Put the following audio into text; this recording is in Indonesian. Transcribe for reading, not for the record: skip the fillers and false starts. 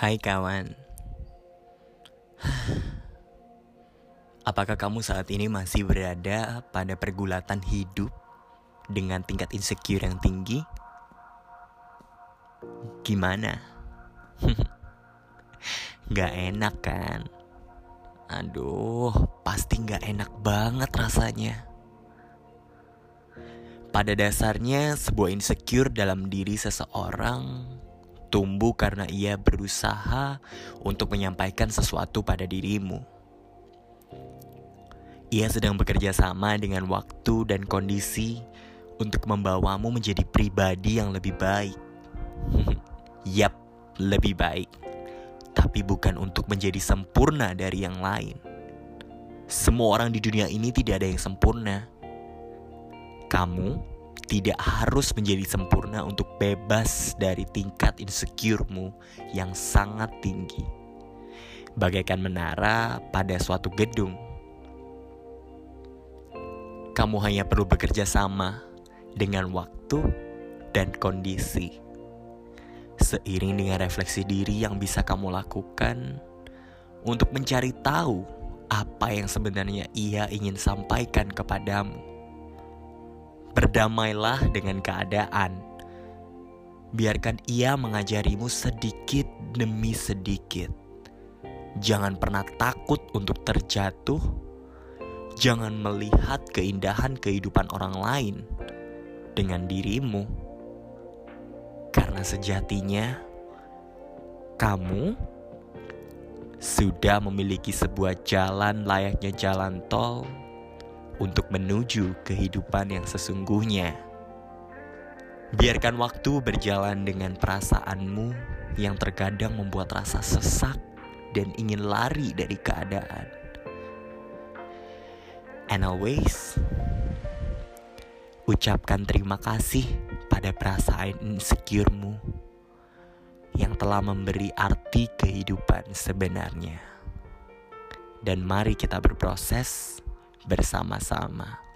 Hai kawan, apakah kamu saat ini masih berada pada pergulatan hidup dengan tingkat insecure yang tinggi? Gimana? Gak enak kan? Aduh, pasti gak enak banget rasanya. Pada dasarnya, sebuah insecure dalam diri seseorang tumbuh karena ia berusaha untuk menyampaikan sesuatu pada dirimu. Ia sedang bekerja sama dengan waktu dan kondisi untuk membawamu menjadi pribadi yang lebih baik. Yap, lebih baik. Tapi bukan untuk menjadi sempurna dari yang lain. Semua orang di dunia ini tidak ada yang sempurna. Kamu tidak harus menjadi sempurna untuk bebas dari tingkat insecure-mu yang sangat tinggi. Bagaikan menara pada suatu gedung. Kamu hanya perlu bekerja sama dengan waktu dan kondisi. Seiring dengan refleksi diri yang bisa kamu lakukan untuk mencari tahu apa yang sebenarnya ia ingin sampaikan kepadamu. Berdamailah dengan keadaan. Biarkan ia mengajarimu sedikit demi sedikit. Jangan pernah takut untuk terjatuh. Jangan melihat keindahan kehidupan orang lain dengan dirimu. Karena sejatinya kamu sudah memiliki sebuah jalan layaknya jalan tol untuk menuju kehidupan yang sesungguhnya. Biarkan waktu berjalan dengan perasaanmu yang terkadang membuat rasa sesak dan ingin lari dari keadaan. And always, ucapkan terima kasih pada perasaan insecure-mu yang telah memberi arti kehidupan sebenarnya. Dan mari kita berproses bersama-sama.